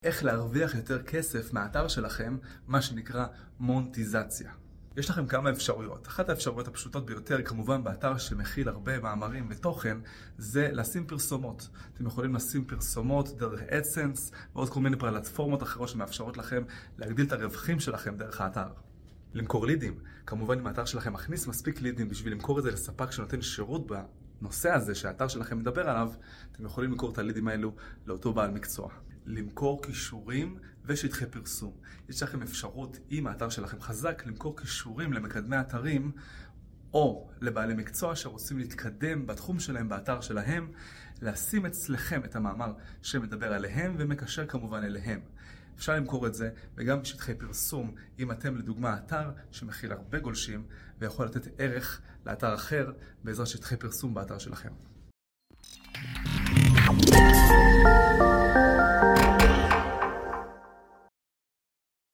איך להרוויח יותר כסף מהאתר שלכם, מה שנקרא מונטיזציה. יש לכם כמה אפשרויות. אחת האפשרויות הפשוטות ביותר, כמובן באתר שמכיל הרבה מאמרים ותוכן, זה לשים פרסומות. אתם יכולים לשים פרסומות דרך אדסנס ועוד כל מיני פלטפורמות אחרות שמאפשרות לכם להגדיל את הרווחים שלכם דרך האתר. למכור לידים. כמובן אם האתר שלכם מכניס מספיק לידים בשביל למכור את זה לספק שנותן שירות בנושא הזה שהאתר שלכם מדבר עליו, אתם יכולים למכור את הלידים האלו לאותו בעל מקצוע. למכור קישורים ושטחי פרסום. יש לכם אפשרות, אם האתר שלכם חזק, למכור קישורים למקדמי אתרים או לבעלי מקצוע שרוצים להתקדם בתחום שלהם, באתר שלהם, לשים אצלכם את המאמר שמדבר עליהם ומקשר כמובן אליהם. אפשר למכור את זה וגם שטחי פרסום, אם אתם לדוגמה אתר שמכיל הרבה גולשים ויכול לתת ערך לאתר אחר בעזרת שטחי פרסום באתר שלכם.